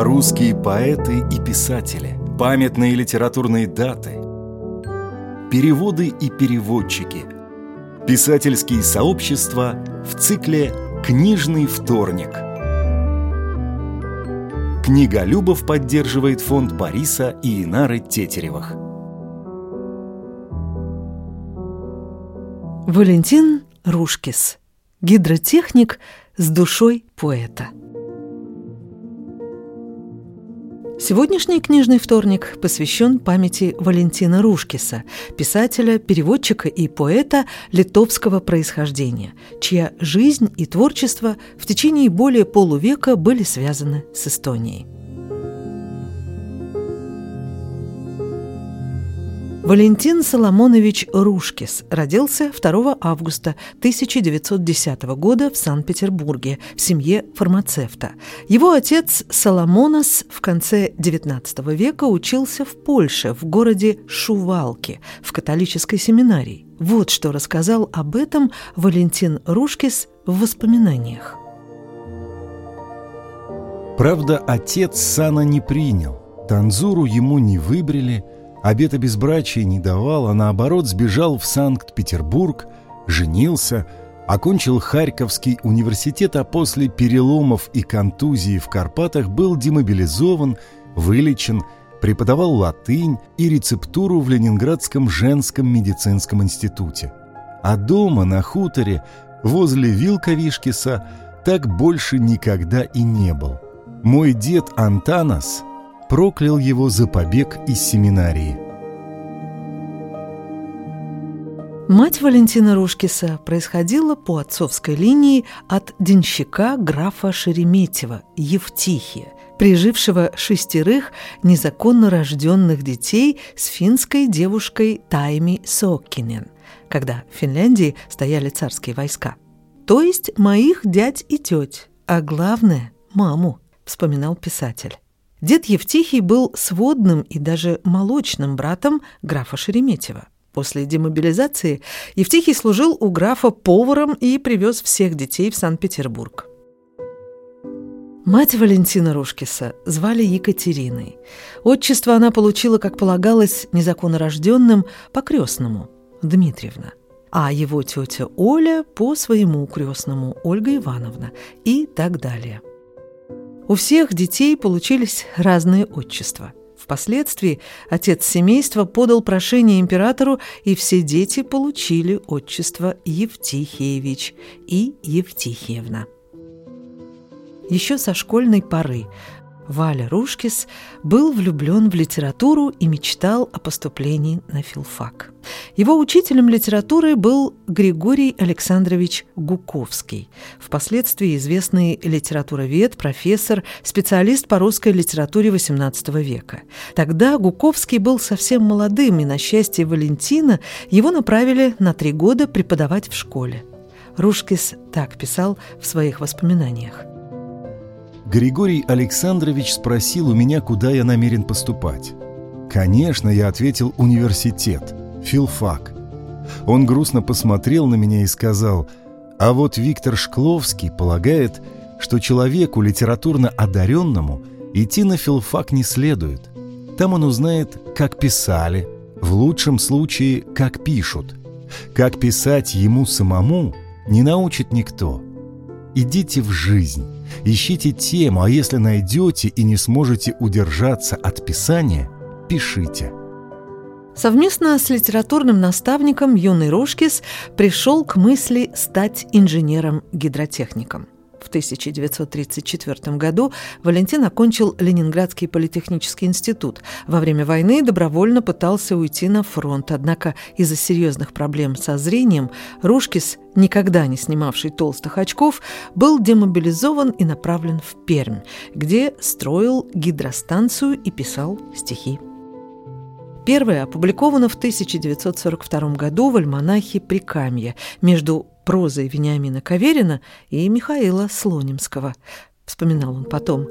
русские поэты и писатели, памятные литературные даты, переводы и переводчики, писательские сообщества в цикле «Книжный вторник». Книголюбов поддерживает фонд Бориса и Инары Тетеревых. Валентин Рушкис. Гидротехник с душой поэта. Сегодняшний книжный вторник посвящен памяти Валентина Рушкиса, писателя, переводчика и поэта литовского происхождения, чья жизнь и творчество в течение более полувека были связаны с Эстонией. Валентин Соломонович Рушкис родился 2 августа 1910 года в Санкт-Петербурге в семье фармацевта. Его отец Соломонас в конце XIX века учился в Польше, в городе Шувалки, в католической семинарии. Вот что рассказал об этом Валентин Рушкис в воспоминаниях. Правда, отец сана не принял, танзуру ему не выбрили, обета безбрачия не давал, а наоборот сбежал в Санкт-Петербург, женился, окончил Харьковский университет, а после переломов и контузии в Карпатах был демобилизован, вылечен, преподавал латынь и рецептуру в Ленинградском женском медицинском институте. А дома на хуторе возле Вилковишкиса так больше никогда и не был. Мой дед Антанас проклял его за побег из семинарии. Мать Валентина Рушкиса происходила по отцовской линии от денщика графа Шереметьева Евтихия, прижившего 6 незаконно рожденных детей с финской девушкой Тайми Соккинен, когда в Финляндии стояли царские войска. То есть моих дядь и теть, а главное – маму, вспоминал писатель. Дед Евтихий был сводным и даже молочным братом графа Шереметьева. После демобилизации Евтихий служил у графа поваром и привез всех детей в Санкт-Петербург. Мать Валентина Рушкиса звали Екатериной. Отчество она получила, как полагалось, незаконно рожденным по крестному – Дмитриевна, а его тетя Оля по своему крестному – Ольга Ивановна и так далее. У всех детей получились разные отчества. Впоследствии отец семейства подал прошение императору, и все дети получили отчество Евтихиевич и Евтихиевна. Еще со школьной поры Валя Рушкис был влюблен в литературу и мечтал о поступлении на филфак. Его учителем литературы был Григорий Александрович Гуковский, впоследствии известный литературовед, профессор, специалист по русской литературе XVIII века. Тогда Гуковский был совсем молодым, и на счастье Валентина его направили на 3 года преподавать в школе. Рушкис так писал в своих воспоминаниях. Григорий Александрович спросил у меня, куда я намерен поступать. Конечно, я ответил: университет, филфак. Он грустно посмотрел на меня и сказал: а вот Виктор Шкловский полагает, что человеку литературно одаренному идти на филфак не следует. Там он узнает, как писали, в лучшем случае, как пишут. Как писать ему самому не научит никто. Идите в жизнь, ищите тему, а если найдете и не сможете удержаться от писания, пишите. Совместно с литературным наставником юный Рушкис пришел к мысли стать инженером-гидротехником. В 1934 году Валентин окончил Ленинградский политехнический институт. Во время войны добровольно пытался уйти на фронт, однако из-за серьезных проблем со зрением Рушкис, никогда не снимавший толстых очков, был демобилизован и направлен в Пермь, где строил гидростанцию и писал стихи. Первое опубликовано в 1942 году в альманахе «Прикамье» между прозой Вениамина Каверина и Михаила Слонимского, вспоминал он потом.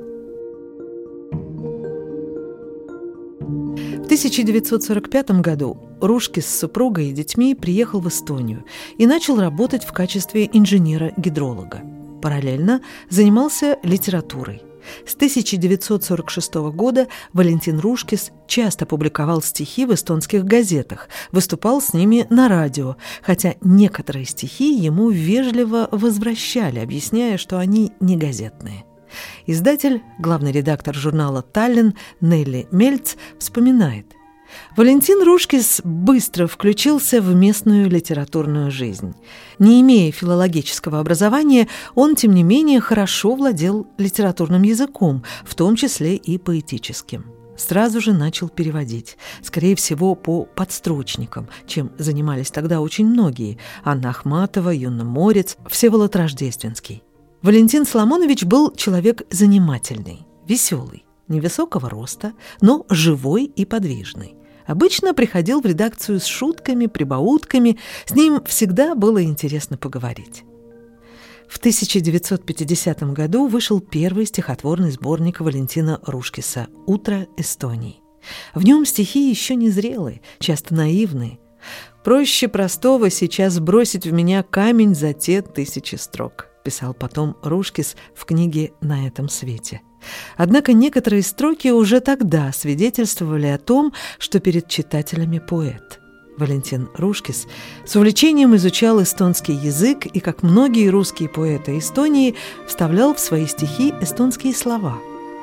В 1945 году Рушкис с супругой и детьми приехал в Эстонию и начал работать в качестве инженера-гидролога. Параллельно занимался литературой. С 1946 года Валентин Рушкис часто публиковал стихи в эстонских газетах, выступал с ними на радио, хотя некоторые стихи ему вежливо возвращали, объясняя, что они не газетные. Издатель, главный редактор журнала «Таллин» Нелли Мельц вспоминает: Валентин Рушкис быстро включился в местную литературную жизнь. Не имея филологического образования, он, тем не менее, хорошо владел литературным языком, в том числе и поэтическим. Сразу же начал переводить, скорее всего, по подстрочникам, чем занимались тогда очень многие – Анна Ахматова, Юна Морец, Всеволод Рождественский. Валентин Соломонович был человек занимательный, веселый, невысокого роста, но живой и подвижный. Обычно приходил в редакцию с шутками, прибаутками, с ним всегда было интересно поговорить. В 1950 году вышел первый стихотворный сборник Валентина Рушкиса «Утро Эстонии». В нем стихи еще не зрелые, часто наивные. «Проще простого сейчас бросить в меня камень за те 1000 строк», писал потом Рушкис в книге «На этом свете». Однако некоторые строки уже тогда свидетельствовали о том, что перед читателями поэт. Валентин Рушкис с увлечением изучал эстонский язык и, как многие русские поэты Эстонии, вставлял в свои стихи эстонские слова.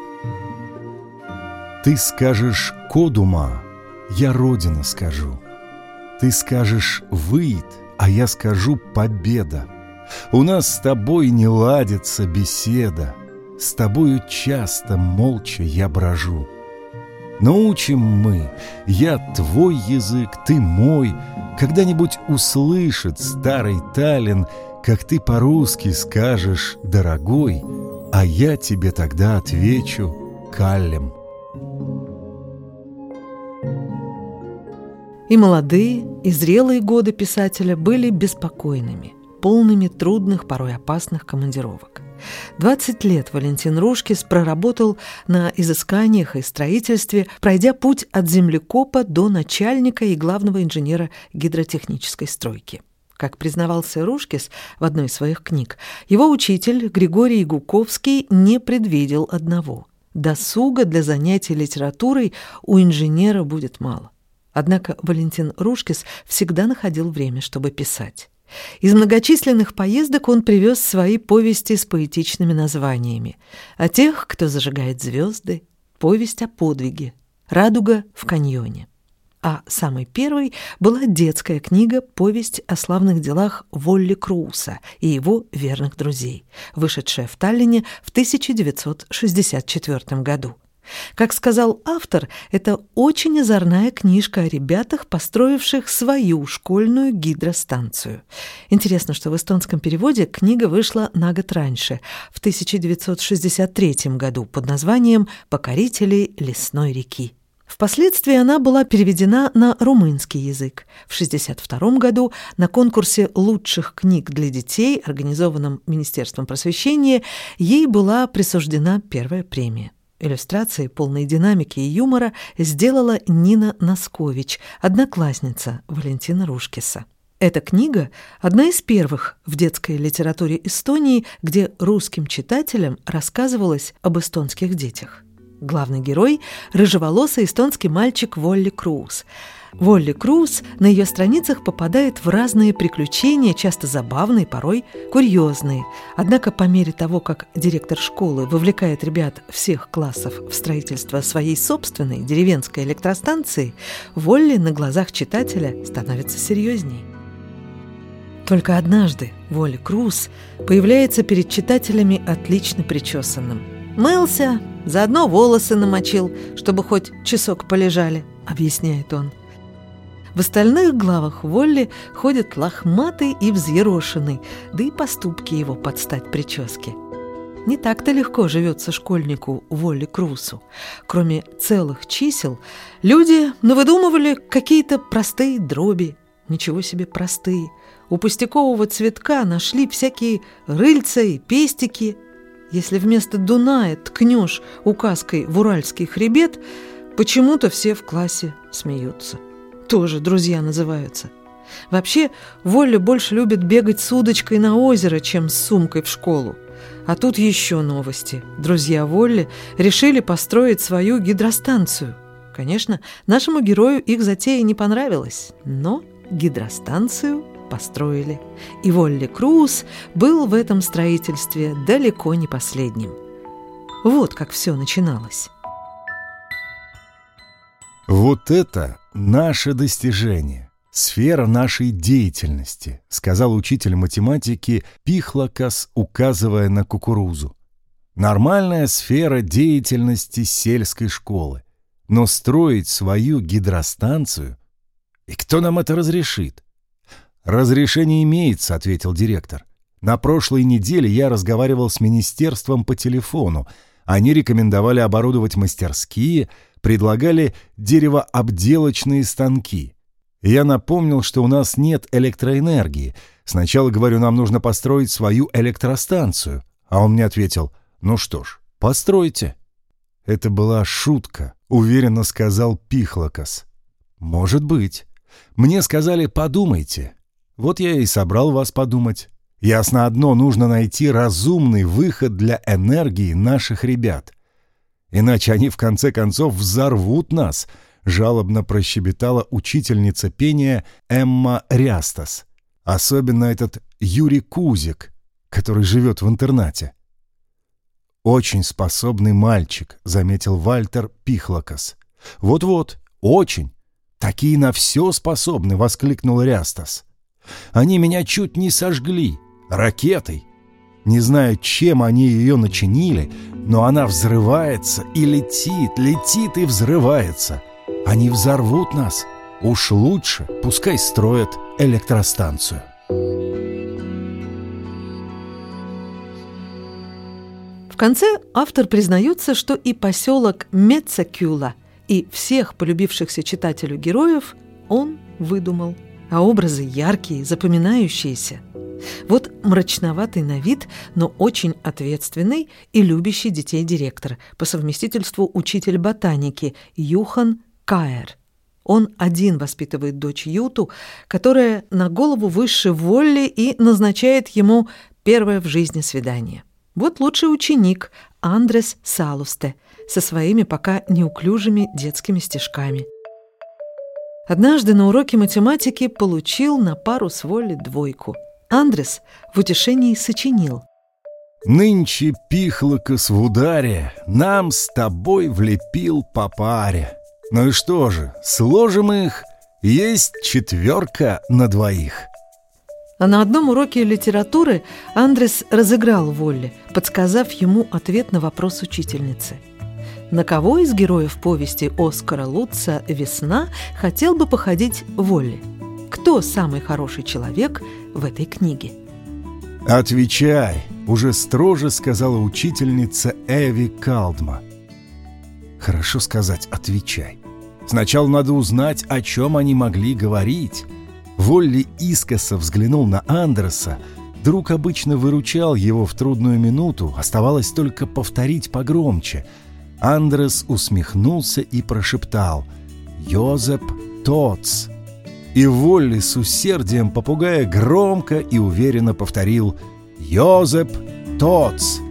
«Ты скажешь «Кодума», я «Родина» скажу. Ты скажешь «Выид», а я скажу «Победа». У нас с тобой не ладится беседа. С тобою часто молча я брожу. Научим мы, я твой язык, ты мой. Когда-нибудь услышит старый Таллин, как ты по-русски скажешь «дорогой», а я тебе тогда отвечу «каллем». И молодые, и зрелые годы писателя были беспокойными, полными трудных, порой опасных командировок. 20 лет Валентин Рушкис проработал на изысканиях и строительстве, пройдя путь от землекопа до начальника и главного инженера гидротехнической стройки. Как признавался Рушкис в одной из своих книг, его учитель Григорий Гуковский не предвидел одного – досуга для занятий литературой у инженера будет мало. Однако Валентин Рушкис всегда находил время, чтобы писать. Из многочисленных поездок он привез свои повести с поэтичными названиями: «О тех, кто зажигает звезды», «Повесть о подвиге», «Радуга в каньоне». А самой первой была детская книга «Повесть о славных делах Волли Крууса и его верных друзей», вышедшая в Таллине в 1964 году. Как сказал автор, это очень озорная книжка о ребятах, построивших свою школьную гидростанцию. Интересно, что в эстонском переводе книга вышла на год раньше, в 1963 году, под названием «Покорители лесной реки». Впоследствии она была переведена на румынский язык. В 1962 году на конкурсе лучших книг для детей, организованном Министерством просвещения, ей была присуждена первая премия. Иллюстрации, полной динамики и юмора, сделала Нина Носкович, одноклассница Валентина Рушкиса. Эта книга – одна из первых в детской литературе Эстонии, где русским читателям рассказывалось об эстонских детях. Главный герой – рыжеволосый эстонский мальчик Волли Круус. Волли Круус на ее страницах попадает в разные приключения, часто забавные, порой курьезные. Однако по мере того, как директор школы вовлекает ребят всех классов в строительство своей собственной деревенской электростанции, Волли на глазах читателя становится серьезней. Только однажды Волли Круус появляется перед читателями отлично причесанным. «Мылся, заодно волосы намочил, чтобы хоть часок полежали», — объясняет он. В остальных главах Волли ходит лохматый и взъерошенный, да и поступки его под стать прическе. Не так-то легко живется школьнику Волли Круусу. Кроме целых чисел, люди навыдумывали какие-то простые дроби. Ничего себе простые. У пустякового цветка нашли всякие рыльца и пестики. Если вместо Дуная ткнешь указкой в уральский хребет, почему-то все в классе смеются. Тоже друзья называются. Вообще, Волли больше любит бегать с удочкой на озеро, чем с сумкой в школу. А тут еще новости. Друзья Волли решили построить свою гидростанцию. Конечно, нашему герою их затея не понравилась, но гидростанцию построили. И Волли Круз был в этом строительстве далеко не последним. Вот как все начиналось. «Вот это наше достижение, сфера нашей деятельности», сказал учитель математики Пихлокас, указывая на кукурузу. «Нормальная сфера деятельности сельской школы. Но строить свою гидростанцию? И кто нам это разрешит?» «Разрешение имеется», — ответил директор. «На прошлой неделе я разговаривал с министерством по телефону. Они рекомендовали оборудовать мастерские, предлагали деревообделочные станки. Я напомнил, что у нас нет электроэнергии. Сначала говорю, нам нужно построить свою электростанцию. А он мне ответил: ну что ж, постройте». «Это была шутка», — уверенно сказал Пихлокас. «Может быть. Мне сказали, подумайте. Вот я и собрал вас подумать. Ясно одно, нужно найти разумный выход для энергии наших ребят. Иначе они в конце концов взорвут нас», — жалобно прощебетала учительница пения Эмма Рястас. «Особенно этот Юрий Кузик, который живет в интернате». «Очень способный мальчик», — заметил Вальтер Пихлокас. «Вот-вот, очень. Такие на все способны», — воскликнул Рястас. «Они меня чуть не сожгли. Ракетой. Не знаю, чем они ее начинили, но она взрывается и летит, летит и взрывается. Они взорвут нас. Уж лучше, пускай строят электростанцию». В конце автор признается, что и поселок Мецакюла, и всех полюбившихся читателю героев он выдумал, а образы яркие, запоминающиеся. Вот мрачноватый на вид, но очень ответственный и любящий детей директор, по совместительству учитель ботаники Юхан Каэр. Он один воспитывает дочь Юту, которая на голову выше Волли и назначает ему первое в жизни свидание. Вот лучший ученик Андрес Салусте со своими пока неуклюжими детскими стишками. Однажды на уроке математики получил на пару с Волли 2. Андрес в утешении сочинил: «Нынче Пихлокас в ударе нам с тобой влепил по паре. Ну и что же, сложим их, есть 4 на 2». А на одном уроке литературы Андрес разыграл Волли, подсказав ему ответ на вопрос учительницы. На кого из героев повести Оскара Лутца «Весна» хотел бы походить Волли? Кто самый хороший человек в этой книге? «Отвечай», — уже строже сказала учительница Эви Калдма. Хорошо сказать «отвечай». Сначала надо узнать, о чем они могли говорить. Волли искоса взглянул на Андреса. Друг обычно выручал его в трудную минуту, оставалось только повторить погромче. Андрес усмехнулся и прошептал: «Йозеп Тоц». И Волли с усердием попугая громко и уверенно повторил: «Йозеп Тоц».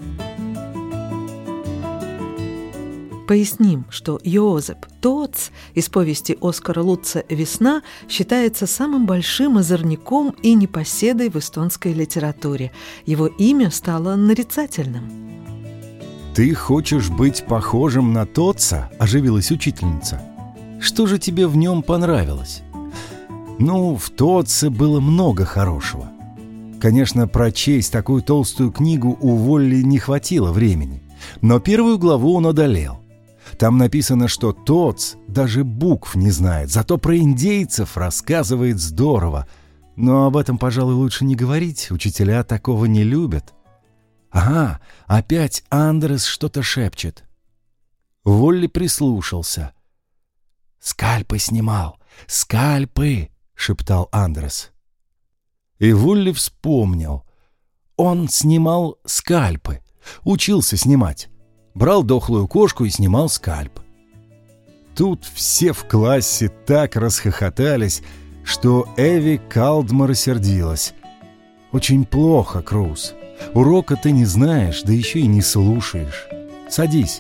Поясним, что Йозеп Тоц из повести Оскара Лутца «Весна» считается самым большим озорником и непоседой в эстонской литературе. Его имя стало нарицательным. «Ты хочешь быть похожим на Тоца?» – оживилась учительница. «Что же тебе в нем понравилось?» «Ну, в Тоце было много хорошего. Конечно, прочесть такую толстую книгу у Волли не хватило времени, но первую главу он одолел. Там написано, что Тоц даже букв не знает, зато про индейцев рассказывает здорово. Но об этом, пожалуй, лучше не говорить, учителя такого не любят». «Ага, опять Андрес что-то шепчет». Волли прислушался. «Скальпы снимал, скальпы!» — шептал Андрес. И Волли вспомнил. Он снимал скальпы, учился снимать. Брал дохлую кошку и снимал скальп. Тут все в классе так расхохотались, что Эви Калдма рассердилась. «Очень плохо, Круз. Урока ты не знаешь, да еще и не слушаешь. Садись.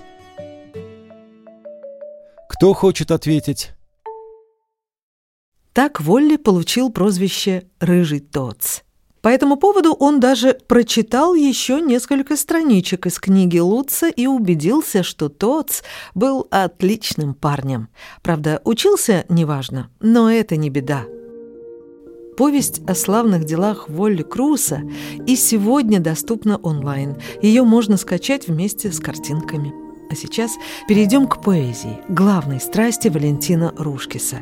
Кто хочет ответить? Так Волли получил прозвище «Рыжий Тотс». По этому поводу он даже прочитал еще несколько страничек из книги Лутца и убедился, что Тотс был отличным парнем. Правда, учился неважно, но это не беда. Повесть о славных делах Волли Круса и сегодня доступна онлайн. Ее можно скачать вместе с картинками. А сейчас перейдем к поэзии, главной страсти Валентина Рушкиса.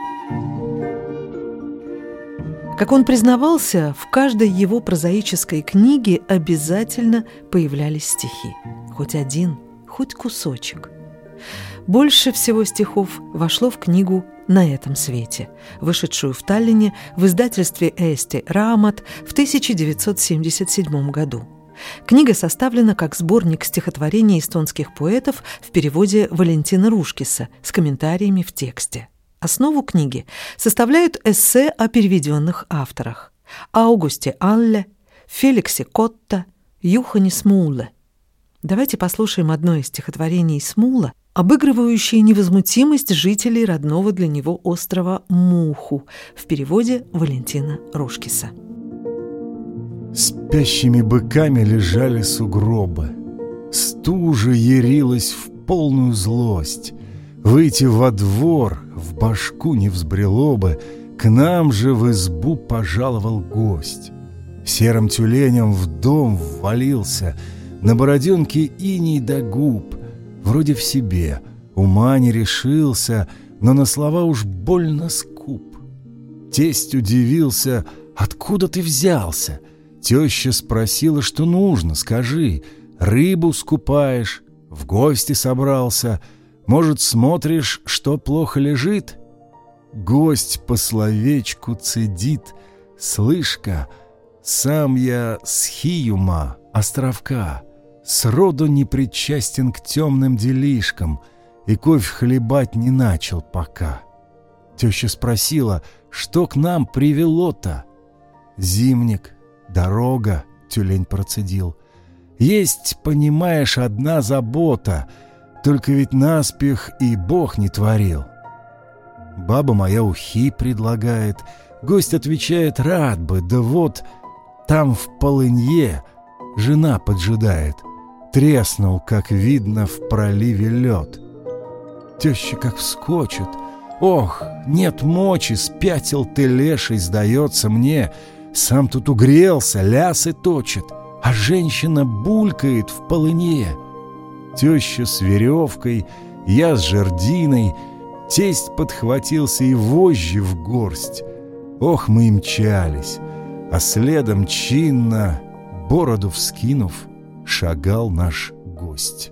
Как он признавался, в каждой его прозаической книге обязательно появлялись стихи. Хоть один, хоть кусочек. Больше всего стихов вошло в книгу «На этом свете», вышедшую в Таллине в издательстве Eesti Raamat в 1977 году. Книга составлена как сборник стихотворений эстонских поэтов в переводе Валентина Рушкиса с комментариями в тексте. Основу книги составляют эссе о переведенных авторах – Аугусте Алле, Феликсе Котта, Юхане Смуле. Давайте послушаем одно из стихотворений Смула, обыгрывающее невозмутимость жителей родного для него острова Муху в переводе Валентина Рушкиса. Спящими быками лежали сугробы. Стужа ярилась в полную злость. Выйти во двор в башку не взбрело бы, к нам же в избу пожаловал гость. Серым тюленем в дом ввалился, на бороденке иней до губ. Вроде в себе, ума не решился, но на слова уж больно скуп. Тесть удивился: «Откуда ты взялся?» Теща спросила, что нужно, скажи. Рыбу скупаешь, в гости собрался, может, смотришь, что плохо лежит? Гость по словечку цедит: слышь-ка, сам я с Хиюма, островка, сроду не причастен к темным делишкам и кофе хлебать не начал пока. Теща спросила, что к нам привело-то? Зимник, дорога, тюлень процедил. Есть, понимаешь, одна забота, только ведь наспех и Бог не творил. Баба моя ухи предлагает, гость отвечает: рад бы, да вот там в полынье жена поджидает. Треснул, как видно, в проливе лед. Теща как вскочит: ох, нет мочи, спятил ты, леший, сдается мне. Сам тут угрелся, лясы точит, а женщина булькает в полынье. Теща с веревкой, я с жердиной, тесть подхватился и вожжи в горсть. Ох, мы и мчались, а следом чинно, бороду вскинув, шагал наш гость.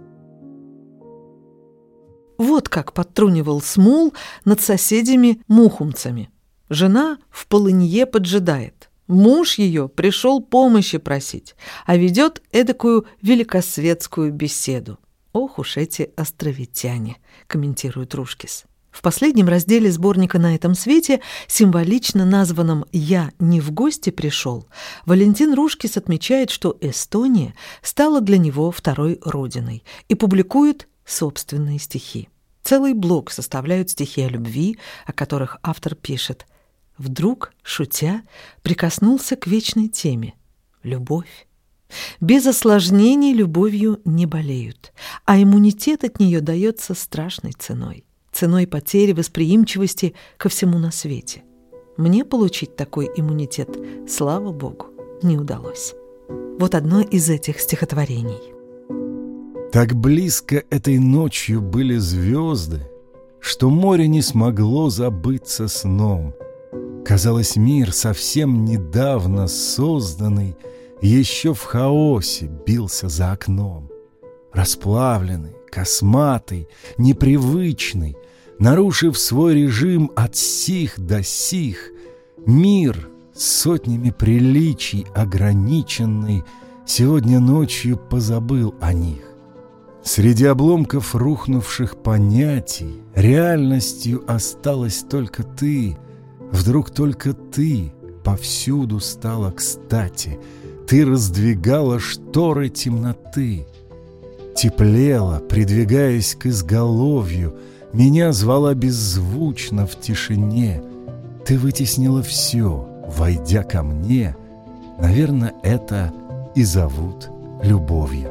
Вот как подтрунивал Смул над соседями-мухумцами. Жена в полынье поджидает. Муж ее пришел помощи просить, а ведет эдакую великосветскую беседу. Ох уж эти островитяне, комментирует Рушкис. В последнем разделе сборника «На этом свете», символично названном «Я не в гости пришел», Валентин Рушкис отмечает, что Эстония стала для него второй родиной и публикует собственные стихи. Целый блок составляют стихи о любви, о которых автор пишет: «Вдруг, шутя, прикоснулся к вечной теме – любовь. Без осложнений любовью не болеют, а иммунитет от нее дается страшной ценой. Ценой потери восприимчивости ко всему на свете. Мне получить такой иммунитет, слава Богу, не удалось». Вот одно из этих стихотворений. Так близко этой ночью были звезды, что море не смогло забыться сном. Казалось, мир, совсем недавно созданный, еще в хаосе бился за окном. Расплавленный, косматый, непривычный, нарушив свой режим от сих до сих, мир, сотнями приличий ограниченный, сегодня ночью позабыл о них. Среди обломков рухнувших понятий реальностью осталась только ты. Вдруг только ты повсюду стала кстати. ты раздвигала шторы темноты. Теплела, придвигаясь к изголовью, меня звала беззвучно в тишине. Ты вытеснила все, войдя ко мне. Наверное, это и зовут любовью.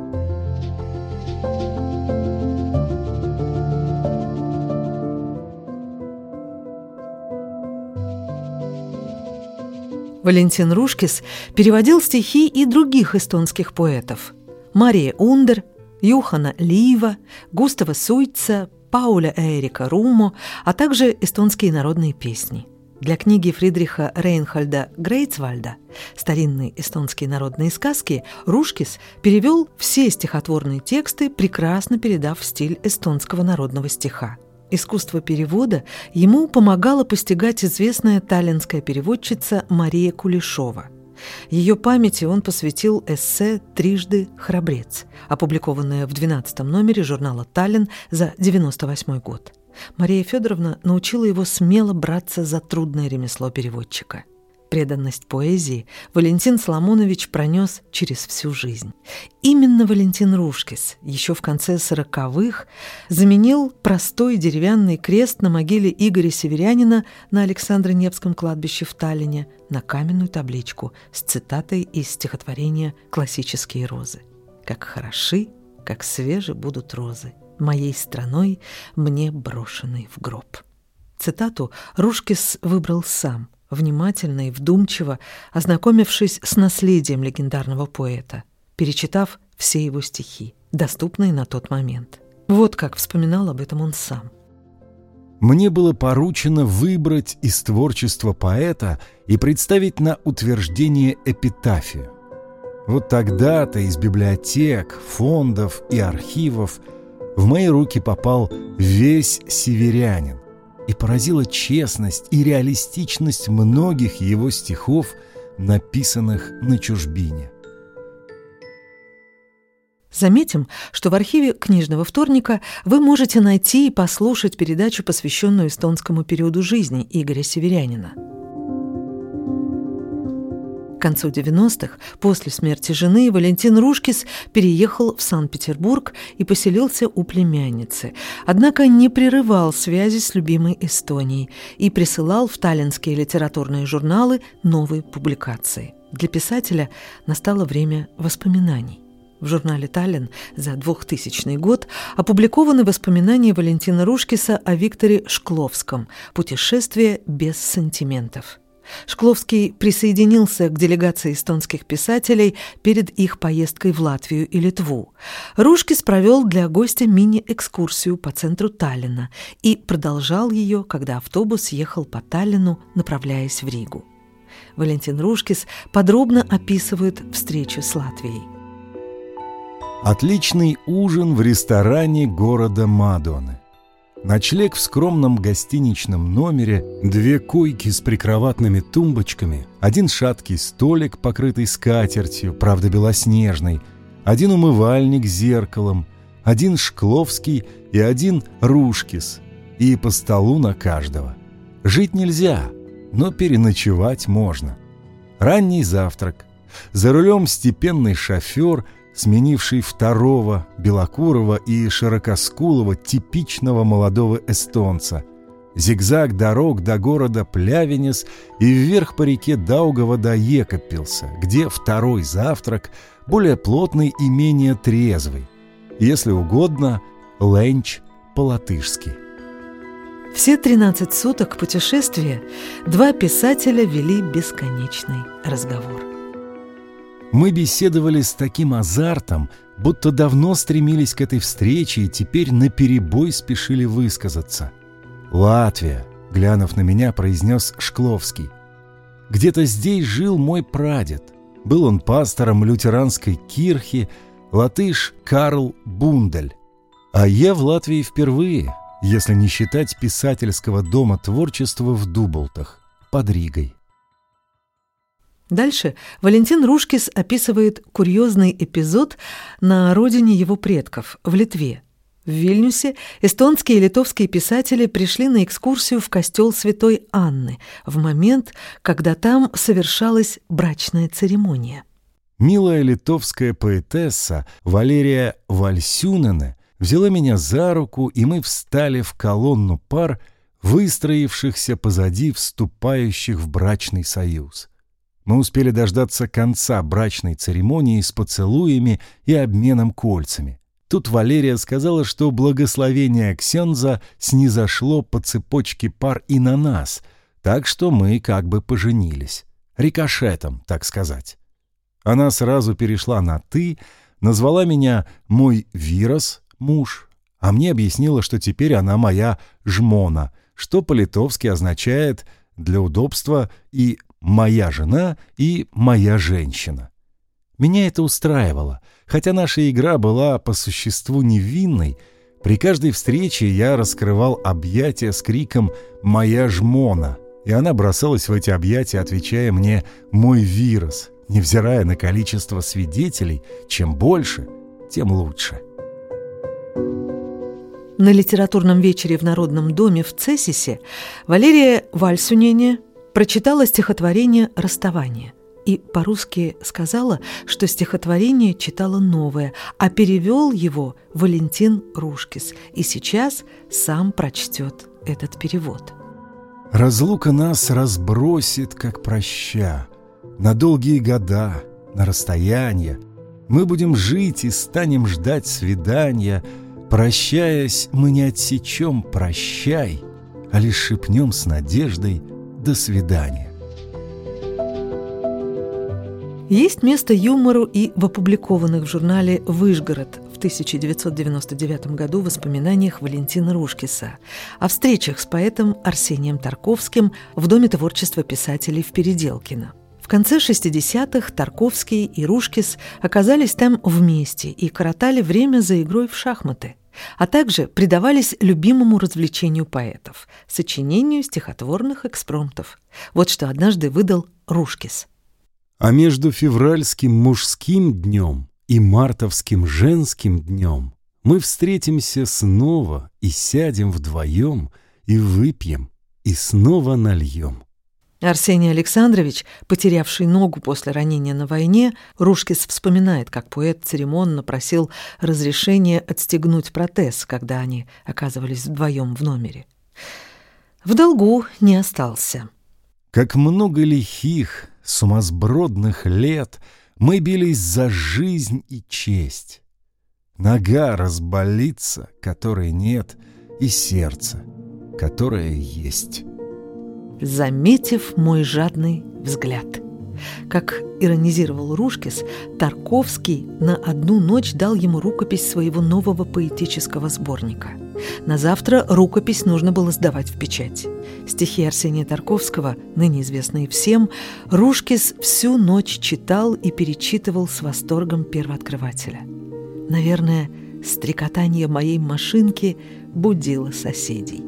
Валентин Рушкис переводил стихи и других эстонских поэтов: Мария Ундер, Юхана Лиива, Густава Суйца, Пауля Эрика Румо, а также эстонские народные песни. Для книги Фридриха Рейнхольда Грейцвальда «Старинные эстонские народные сказки» Рушкис перевел все стихотворные тексты, прекрасно передав стиль эстонского народного стиха. Искусство перевода ему помогала постигать известная таллинская переводчица Мария Кулешова. Ее памяти он посвятил эссе «Трижды храбрец», опубликованное в 12-м номере журнала «Таллин» за 1998 год. Мария Федоровна научила его смело браться за трудное ремесло переводчика. Преданность поэзии Валентин Соломонович пронес через всю жизнь. Именно Валентин Рушкис еще в конце 40-х заменил простой деревянный крест на могиле Игоря Северянина на Александро-Невском кладбище в Таллине на каменную табличку с цитатой из стихотворения «Классические розы». «Как хороши, как свежи будут розы, моей страной мне брошенной в гроб». Цитату Рушкис выбрал сам, внимательно и вдумчиво ознакомившись с наследием легендарного поэта, перечитав все его стихи, доступные на тот момент. Вот как вспоминал об этом он сам. Мне было поручено выбрать из творчества поэта и представить на утверждение эпитафию. Вот тогда-то из библиотек, фондов и архивов в мои руки попал весь «Северянин», и поразила честность и реалистичность многих его стихов, написанных на чужбине. Заметим, что в архиве «Книжного вторника» вы можете найти и послушать передачу, посвященную эстонскому периоду жизни Игоря Северянина. К концу 90-х, после смерти жены, Валентин Рушкис переехал в Санкт-Петербург и поселился у племянницы, однако не прерывал связи с любимой Эстонией и присылал в таллинские литературные журналы новые публикации. Для писателя настало время воспоминаний. В журнале «Таллин» за 2000 год опубликованы воспоминания Валентина Рушкиса о Викторе Шкловском «Путешествие без сантиментов». Шкловский присоединился к делегации эстонских писателей перед их поездкой в Латвию и Литву. Рушкис провел для гостя мини-экскурсию по центру Таллина и продолжал ее, когда автобус ехал по Таллину, направляясь в Ригу. Валентин Рушкис подробно описывает встречу с Латвией. Отличный ужин в ресторане города Мадоны. Ночлег в скромном гостиничном номере, 2 койки с прикроватными тумбочками, 1 шаткий столик, покрытый скатертью, правда белоснежной, 1 умывальник с зеркалом, 1 Шкловский и 1 Рушкис, и по столу на каждого. Жить нельзя, но переночевать можно. Ранний завтрак. За рулем степенный шофер, сменивший второго белокурого и широкоскулого типичного молодого эстонца. Зигзаг дорог до города Плявенес и вверх по реке Даугава до Екапилса, где второй завтрак более плотный и менее трезвый. Если угодно, ленч по-латышски. Все 13 суток путешествия 2 писателя вели бесконечный разговор. Мы беседовали с таким азартом, будто давно стремились к этой встрече и теперь наперебой спешили высказаться. «Латвия», — глянув на меня, произнес Шкловский. «Где-то здесь жил мой прадед. Был он пастором лютеранской кирхи, латыш Карл Бундель. А я в Латвии впервые, если не считать писательского дома творчества в Дуболтах, под Ригой». Дальше Валентин Рушкис описывает курьезный эпизод на родине его предков, в Литве. В Вильнюсе эстонские и литовские писатели пришли на экскурсию в костел Святой Анны в момент, когда там совершалась брачная церемония. Милая литовская поэтесса Валерия Вальсюнене взяла меня за руку, и мы встали в колонну пар, выстроившихся позади вступающих в брачный союз. Мы успели дождаться конца брачной церемонии с поцелуями и обменом кольцами. Тут Валерия сказала, что благословение ксенза снизошло по цепочке пар и на нас, так что мы как бы поженились. Рикошетом, так сказать. Она сразу перешла на «ты», назвала меня «мой вирос», муж, а мне объяснила, что теперь она моя жмона, что по-литовски означает для удобства и «моя жена» и «моя женщина». Меня это устраивало, хотя наша игра была по существу невинной. При каждой встрече я раскрывал объятия с криком «моя жмона», и она бросалась в эти объятия, отвечая мне «мой вирос», невзирая на количество свидетелей. Чем больше, тем лучше. На литературном вечере в Народном доме в Цесисе Валерия Вальсюнене прочитала стихотворение «Расставание» и по-русски сказала, что стихотворение читала новое, а перевел его Валентин Рушкис, и сейчас сам прочтет этот перевод. «Разлука нас разбросит, как проща, на долгие года, на расстояние. Мы будем жить и станем ждать свидания. Прощаясь, мы не отсечем «прощай», а лишь шепнем с надеждой «до свидания». Есть место юмору и в опубликованных в журнале «Выжгород» в 1999 году воспоминаниях Валентина Рушкиса о встречах с поэтом Арсением Тарковским в Доме творчества писателей в Переделкино. В конце 60-х Тарковский и Рушкис оказались там вместе и коротали время за игрой в шахматы, а также предавались любимому развлечению поэтов – сочинению стихотворных экспромтов. Вот что однажды выдал Рушкис. А между февральским мужским днем и мартовским женским днем мы встретимся снова и сядем вдвоем, и выпьем, и снова нальем. Арсений Александрович, потерявший ногу после ранения на войне, Рушкис вспоминает, как поэт церемонно просил разрешения отстегнуть протез, когда они оказывались вдвоем в номере. В долгу не остался. Как много лихих, сумасбродных лет мы бились за жизнь и честь. Нога разболится, которой нет, и сердце, которое есть. Заметив мой жадный взгляд. Как иронизировал Рушкис, Тарковский на одну ночь дал ему рукопись своего нового поэтического сборника. На завтра рукопись нужно было сдавать в печать. Стихи Арсения Тарковского, ныне известные всем, Рушкис всю ночь читал и перечитывал с восторгом первооткрывателя. Наверное, стрекотание моей машинки будило соседей.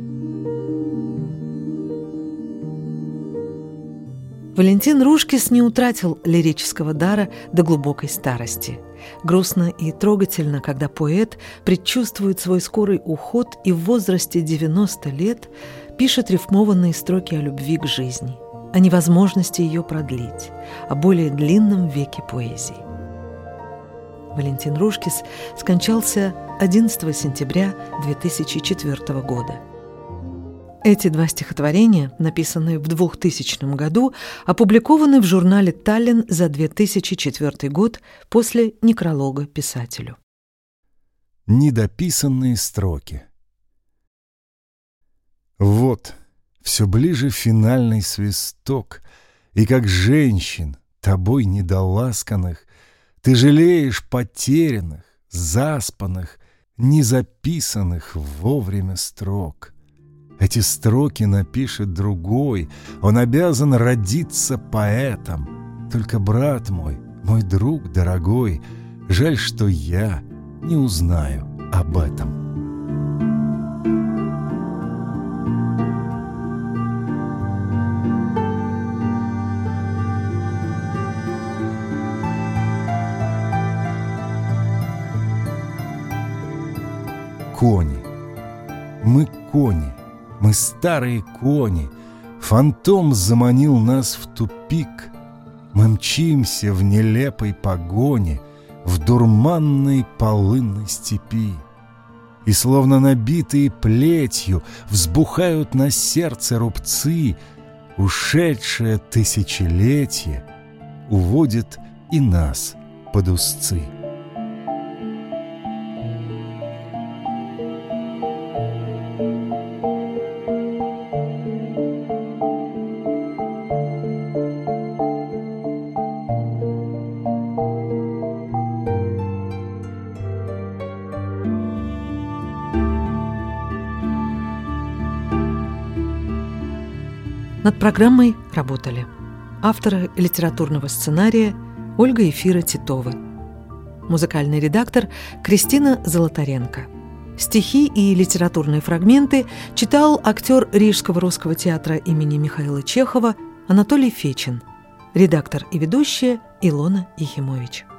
Валентин Рушкис не утратил лирического дара до глубокой старости. Грустно и трогательно, когда поэт предчувствует свой скорый уход и в возрасте 90 лет пишет рифмованные строки о любви к жизни, о невозможности ее продлить, о более длинном веке поэзии. Валентин Рушкис скончался 11 сентября 2004 года. Эти два стихотворения, написанные в 2000 году, опубликованы в журнале «Таллин» за 2004 год после некролога писателю. Недописанные строки. Вот, все ближе финальный свисток, и как женщин, тобой недоласканных, ты жалеешь потерянных, заспанных, незаписанных вовремя строк. Эти строки напишет другой, он обязан родиться поэтом. Только, брат мой, мой друг дорогой, жаль, что я не узнаю об этом. Кони. Мы кони. Мы старые кони, фантом заманил нас в тупик. Мы мчимся в нелепой погоне, в дурманной полынной степи, и словно набитые плетью взбухают на сердце рубцы. Ушедшее тысячелетие уводит и нас под узцы. Над программой работали авторы литературного сценария Ольга и Фира Титовы, музыкальный редактор Кристина Золотаренко. Стихи и литературные фрагменты читал актер Рижского русского театра имени Михаила Чехова Анатолий Фечин, редактор и ведущая Илона Ехимович.